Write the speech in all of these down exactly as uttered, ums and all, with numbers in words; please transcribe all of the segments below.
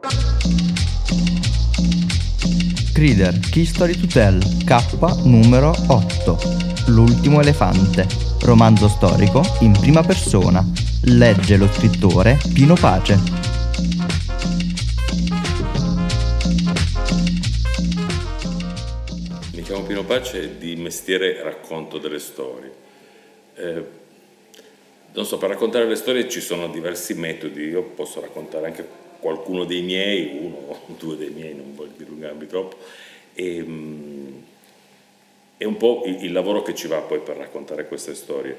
Crider, Key Story to Tell, K numero otto. L'ultimo elefante. Romanzo storico in prima persona. Legge lo scrittore Pino Pace. Mi chiamo Pino Pace e di mestiere racconto delle storie. Eh, non so, per raccontare le storie ci sono diversi metodi. Io posso raccontare anche qualcuno dei miei, uno o due dei miei, non voglio dilungarmi troppo, e, um, è un po' il, il lavoro che ci va poi per raccontare queste storie.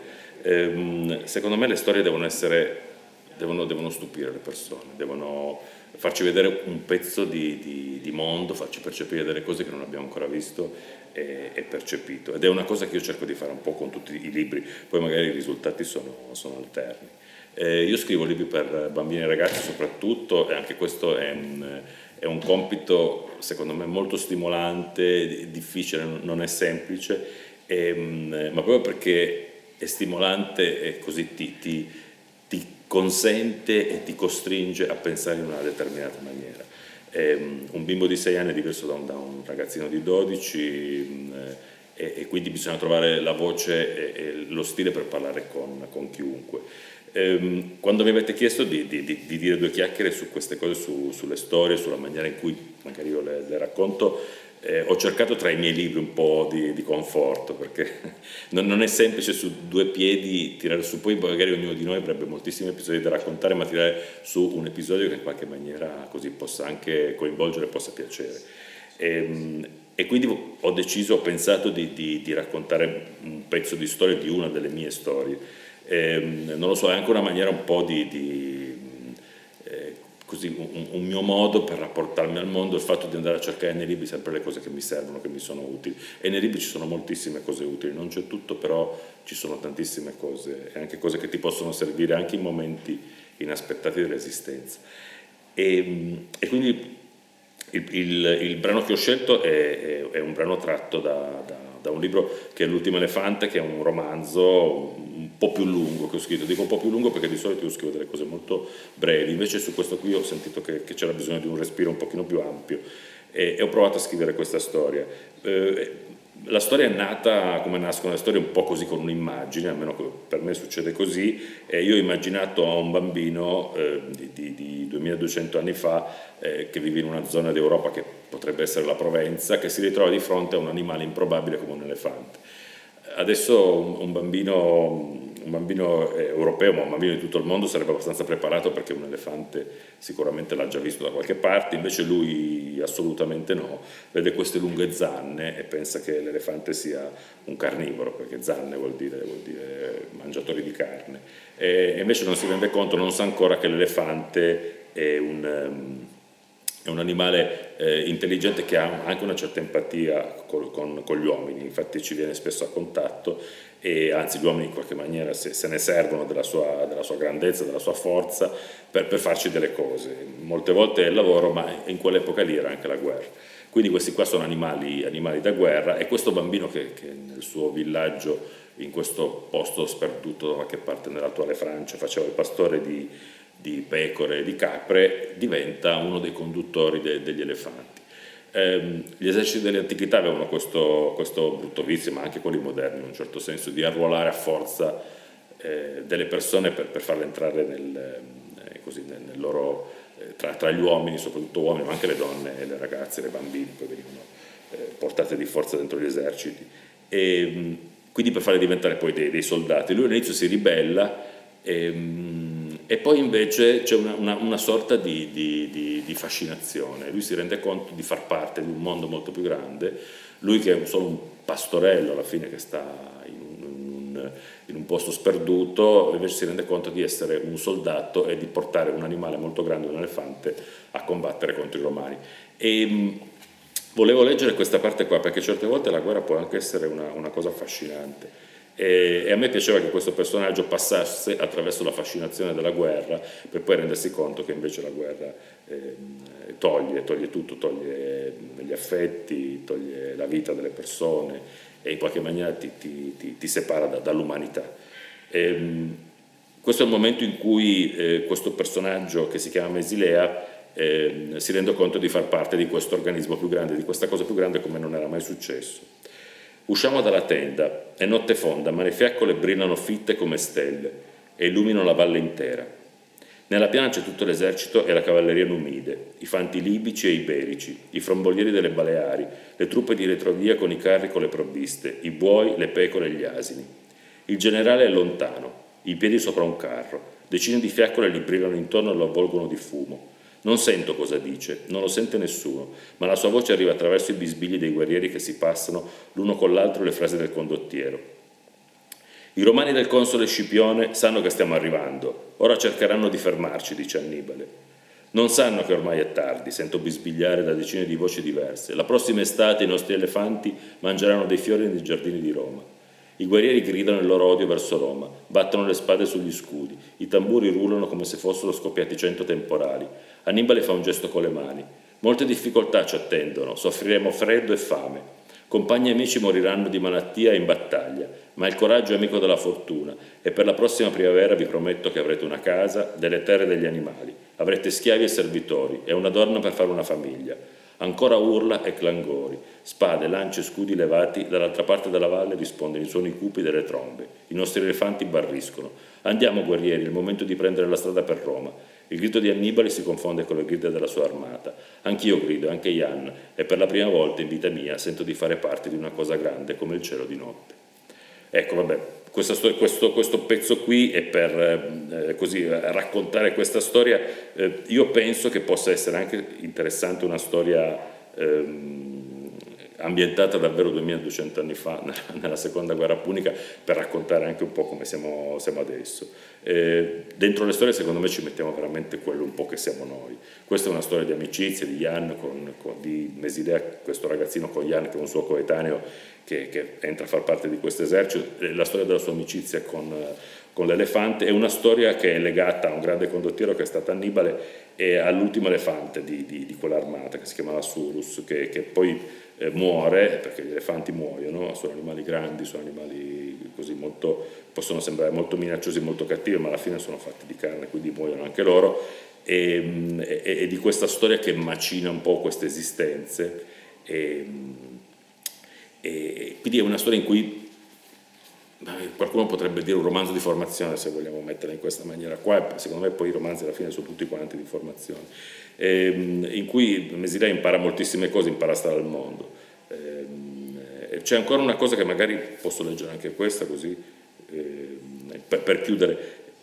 Um, secondo me le storie devono essere, devono, devono stupire le persone, devono farci vedere un pezzo di, di, di mondo, farci percepire delle cose che non abbiamo ancora visto e, e percepito, ed è una cosa che io cerco di fare un po' con tutti i libri, poi magari i risultati sono, sono alterni. Eh, io scrivo libri per bambini e ragazzi soprattutto, e anche questo è un, è un compito secondo me molto stimolante, difficile, non è semplice, e, ma proprio perché è stimolante e così ti, ti, ti consente e ti costringe a pensare in una determinata maniera. E, un bimbo di sei anni è diverso da un, da un ragazzino di dodici, e, e quindi bisogna trovare la voce e, e lo stile per parlare con, con chiunque. Quando mi avete chiesto di, di, di dire due chiacchiere su queste cose, su, sulle storie, sulla maniera in cui magari io le, le racconto, eh, ho cercato tra i miei libri un po' di, di conforto, perché non, non è semplice su due piedi tirare su, poi magari ognuno di noi avrebbe moltissimi episodi da raccontare, ma tirare su un episodio che in qualche maniera così possa anche coinvolgere, possa piacere. E, e quindi ho deciso, ho pensato di, di, di raccontare un pezzo di storia di una delle mie storie. Eh, non lo so, è anche una maniera un po' di, di eh, così, un, un mio modo per rapportarmi al mondo, il fatto di andare a cercare nei libri sempre le cose che mi servono, che mi sono utili, e nei libri ci sono moltissime cose utili, non c'è tutto, però ci sono tantissime cose, e anche cose che ti possono servire anche in momenti inaspettati dell'esistenza. E, e quindi il, il, il brano che ho scelto è, è, è un brano tratto da, da, da un libro che è L'ultimo elefante, che è un romanzo un po' più lungo che ho scritto. Dico un po' più lungo perché di solito io scrivo delle cose molto brevi, invece su questo qui ho sentito che, che c'era bisogno di un respiro un pochino più ampio, e, e ho provato a scrivere questa storia. Eh, la storia è nata come nascono le storie, un po' così, con un'immagine, almeno per me succede così, e io ho immaginato a un bambino eh, di, di, di duemiladuecento anni fa, eh, che vive in una zona d'Europa che potrebbe essere la Provenza, che si ritrova di fronte a un animale improbabile come un elefante. Adesso un, un bambino un bambino europeo, ma un bambino di tutto il mondo, sarebbe abbastanza preparato perché un elefante sicuramente l'ha già visto da qualche parte, invece lui assolutamente no, vede queste lunghe zanne e pensa che l'elefante sia un carnivoro, perché zanne vuol dire, vuol dire mangiatori di carne, e invece non si rende conto, non sa ancora che l'elefante è un... è un animale eh, intelligente, che ha anche una certa empatia con, con, con gli uomini, infatti ci viene spesso a contatto, e anzi gli uomini in qualche maniera se, se ne servono della sua, della sua grandezza, della sua forza per, per farci delle cose. Molte volte è il lavoro, ma in quell'epoca lì era anche la guerra. Quindi questi qua sono animali, animali da guerra, e questo bambino che, che nel suo villaggio, in questo posto sperduto da qualche parte nell'attuale Francia, faceva il pastore di di pecore e di capre, diventa uno dei conduttori de, degli elefanti. Eh, gli eserciti dell'antichità avevano questo, questo brutto vizio, ma anche quelli moderni in un certo senso, di arruolare a forza eh, delle persone per, per farle entrare nel, eh, così, nel, nel loro, eh, tra, tra gli uomini, soprattutto uomini, ma anche le donne e le ragazze, le bambine, poi venivano eh, portate di forza dentro gli eserciti, e quindi per farle diventare poi dei, dei soldati. Lui all'inizio si ribella, e, E poi invece c'è una, una, una sorta di, di, di, di fascinazione, lui si rende conto di far parte di un mondo molto più grande, lui che è solo un pastorello alla fine, che sta in un, in un, in un posto sperduto, invece si rende conto di essere un soldato e di portare un animale molto grande, un elefante, a combattere contro i romani. E volevo leggere questa parte qua perché certe volte la guerra può anche essere una, una cosa affascinante. E a me piaceva che questo personaggio passasse attraverso la fascinazione della guerra, per poi rendersi conto che invece la guerra eh, toglie, toglie tutto, toglie gli affetti, toglie la vita delle persone, e in qualche maniera ti, ti, ti, ti separa da, dall'umanità. E, questo è il momento in cui eh, questo personaggio, che si chiama Mesilea, eh, si rende conto di far parte di questo organismo più grande, di questa cosa più grande come non era mai successo. Usciamo dalla tenda, è notte fonda, ma le fiaccole brillano fitte come stelle e illuminano la valle intera. Nella piana c'è tutto l'esercito e la cavalleria numide, i fanti libici e iberici, i frombolieri delle Baleari, le truppe di retrovia con i carri con le provviste, i buoi, le pecore e gli asini. Il generale è lontano, i piedi sopra un carro, decine di fiaccole gli brillano intorno e lo avvolgono di fumo. Non sento cosa dice, non lo sente nessuno, ma la sua voce arriva attraverso i bisbigli dei guerrieri che si passano l'uno con l'altro le frasi del condottiero. I romani del console Scipione sanno che stiamo arrivando, ora cercheranno di fermarci, dice Annibale. Non sanno che ormai è tardi, sento bisbigliare da decine di voci diverse. La prossima estate i nostri elefanti mangeranno dei fiori nei giardini di Roma. I guerrieri gridano il loro odio verso Roma, battono le spade sugli scudi, i tamburi rullano come se fossero scoppiati cento temporali. Annibale fa un gesto con le mani. Molte difficoltà ci attendono, soffriremo freddo e fame. Compagni e amici moriranno di malattia e in battaglia, ma il coraggio è amico della fortuna e per la prossima primavera vi prometto che avrete una casa, delle terre e degli animali, avrete schiavi e servitori e una donna per fare una famiglia. Ancora urla e clangori, spade, lance e scudi levati, dall'altra parte della valle rispondono i suoni cupi delle trombe. I nostri elefanti barriscono. Andiamo guerrieri, è il momento di prendere la strada per Roma. Il grido di Annibale si confonde con le grida della sua armata. Anch'io grido, anche Jan, e per la prima volta in vita mia sento di fare parte di una cosa grande come il cielo di notte. Ecco, vabbè, questo, questo, questo pezzo qui è per eh, così raccontare questa storia. Eh, io penso che possa essere anche interessante una storia ehm, ambientata davvero duemiladuecento anni fa, nella seconda guerra punica, per raccontare anche un po' come siamo, siamo adesso. Eh, dentro le storie secondo me ci mettiamo veramente quello un po' che siamo noi. Questa è una storia di amicizia di Jan, con, con, di Mesilea, questo ragazzino con Jan che è un suo coetaneo che, che entra a far parte di questo esercito, la storia della sua amicizia con, con l'elefante. È una storia che è legata a un grande condottiero che è stato Annibale e all'ultimo elefante di, di, di quell'armata che si chiamava Surus, che, che poi Eh, muore, perché gli elefanti muoiono, sono animali grandi, sono animali così molto, possono sembrare molto minacciosi, molto cattivi, ma alla fine sono fatti di carne, quindi muoiono anche loro, e, e, e di questa storia che macina un po' queste esistenze, e, e quindi è una storia in cui qualcuno potrebbe dire un romanzo di formazione, se vogliamo metterla in questa maniera qua, secondo me poi i romanzi alla fine sono tutti quanti di formazione, ehm, in cui Mesilea impara moltissime cose, impara a stare al mondo. Ehm, c'è ancora una cosa che magari posso leggere anche questa così, ehm, per, per chiudere.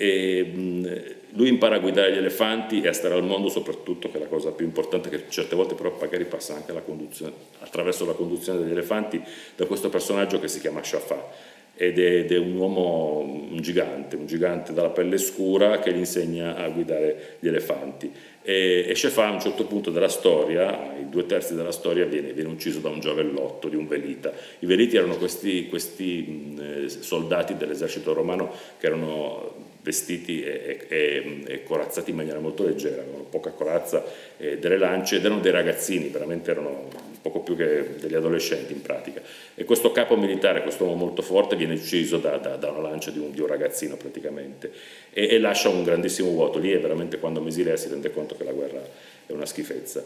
Ehm, lui impara a guidare gli elefanti e a stare al mondo soprattutto, che è la cosa più importante, che certe volte però magari passa anche la conduzione, attraverso la conduzione degli elefanti, da questo personaggio che si chiama Shafà. Ed è, ed è un uomo, un gigante, un gigante dalla pelle scura che gli insegna a guidare gli elefanti. E, e Shafà a un certo punto della storia, ai due terzi della storia, viene, viene ucciso da un giavellotto, di un velita. I veliti erano questi, questi mh, soldati dell'esercito romano che erano vestiti e, e, e corazzati in maniera molto leggera, avevano poca corazza, eh, delle lance, ed erano dei ragazzini, veramente erano poco più che degli adolescenti in pratica. E questo capo militare, questo uomo molto forte, viene ucciso da, da, da una lancia di un, di un ragazzino praticamente, e, e lascia un grandissimo vuoto. Lì è veramente quando Mesilea si rende conto che la guerra è una schifezza.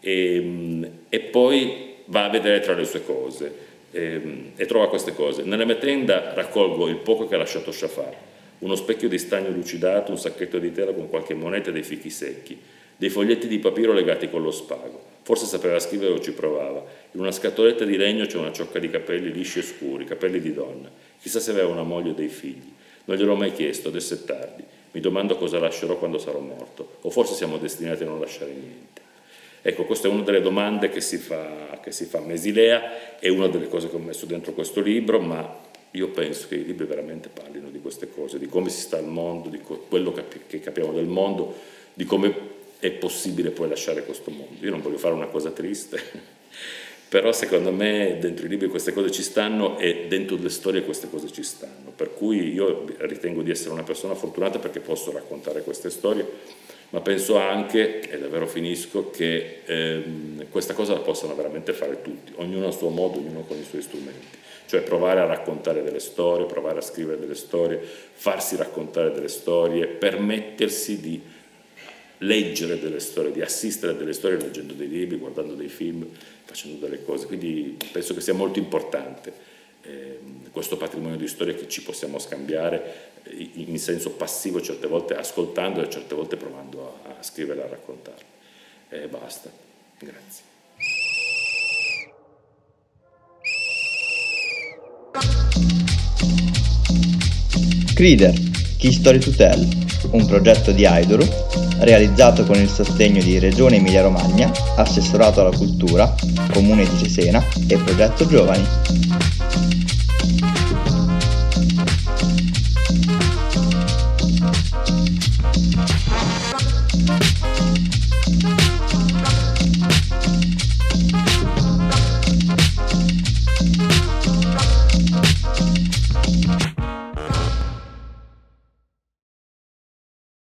E, e poi va a vedere tra le sue cose e, e trova queste cose. Nella mia tenda raccolgo il poco che ha lasciato Shafar: uno specchio di stagno lucidato, un sacchetto di tela con qualche moneta e dei fichi secchi, dei foglietti di papiro legati con lo spago. Forse sapeva scrivere o ci provava. In una scatoletta di legno c'è una ciocca di capelli lisci e scuri, capelli di donna. Chissà se aveva una moglie o dei figli. Non gliel'ho mai chiesto, adesso è tardi. Mi domando cosa lascerò quando sarò morto. O forse siamo destinati a non lasciare niente. Ecco, questa è una delle domande che si fa, che si fa Mesilea, è una delle cose che ho messo dentro questo libro, ma io penso che i libri veramente parlino di queste cose, di come si sta al mondo, di quello che capiamo del mondo, di come è possibile poi lasciare questo mondo. Io non voglio fare una cosa triste, però secondo me dentro i libri queste cose ci stanno e dentro le storie queste cose ci stanno, per cui io ritengo di essere una persona fortunata perché posso raccontare queste storie, ma penso anche, e davvero finisco, che ehm, questa cosa la possano veramente fare tutti, ognuno a suo modo, ognuno con i suoi strumenti. Cioè provare a raccontare delle storie, provare a scrivere delle storie, farsi raccontare delle storie, permettersi di leggere delle storie, di assistere a delle storie leggendo dei libri, guardando dei film, facendo delle cose. Quindi penso che sia molto importante eh, questo patrimonio di storia che ci possiamo scambiare in senso passivo, certe volte ascoltando e certe volte provando a, a scrivere e a raccontarlo. E basta. Grazie. Crider, Key Story to Tell, un progetto di Aidoru realizzato con il sostegno di Regione Emilia Romagna, Assessorato alla Cultura, Comune di Cesena e Progetto Giovani.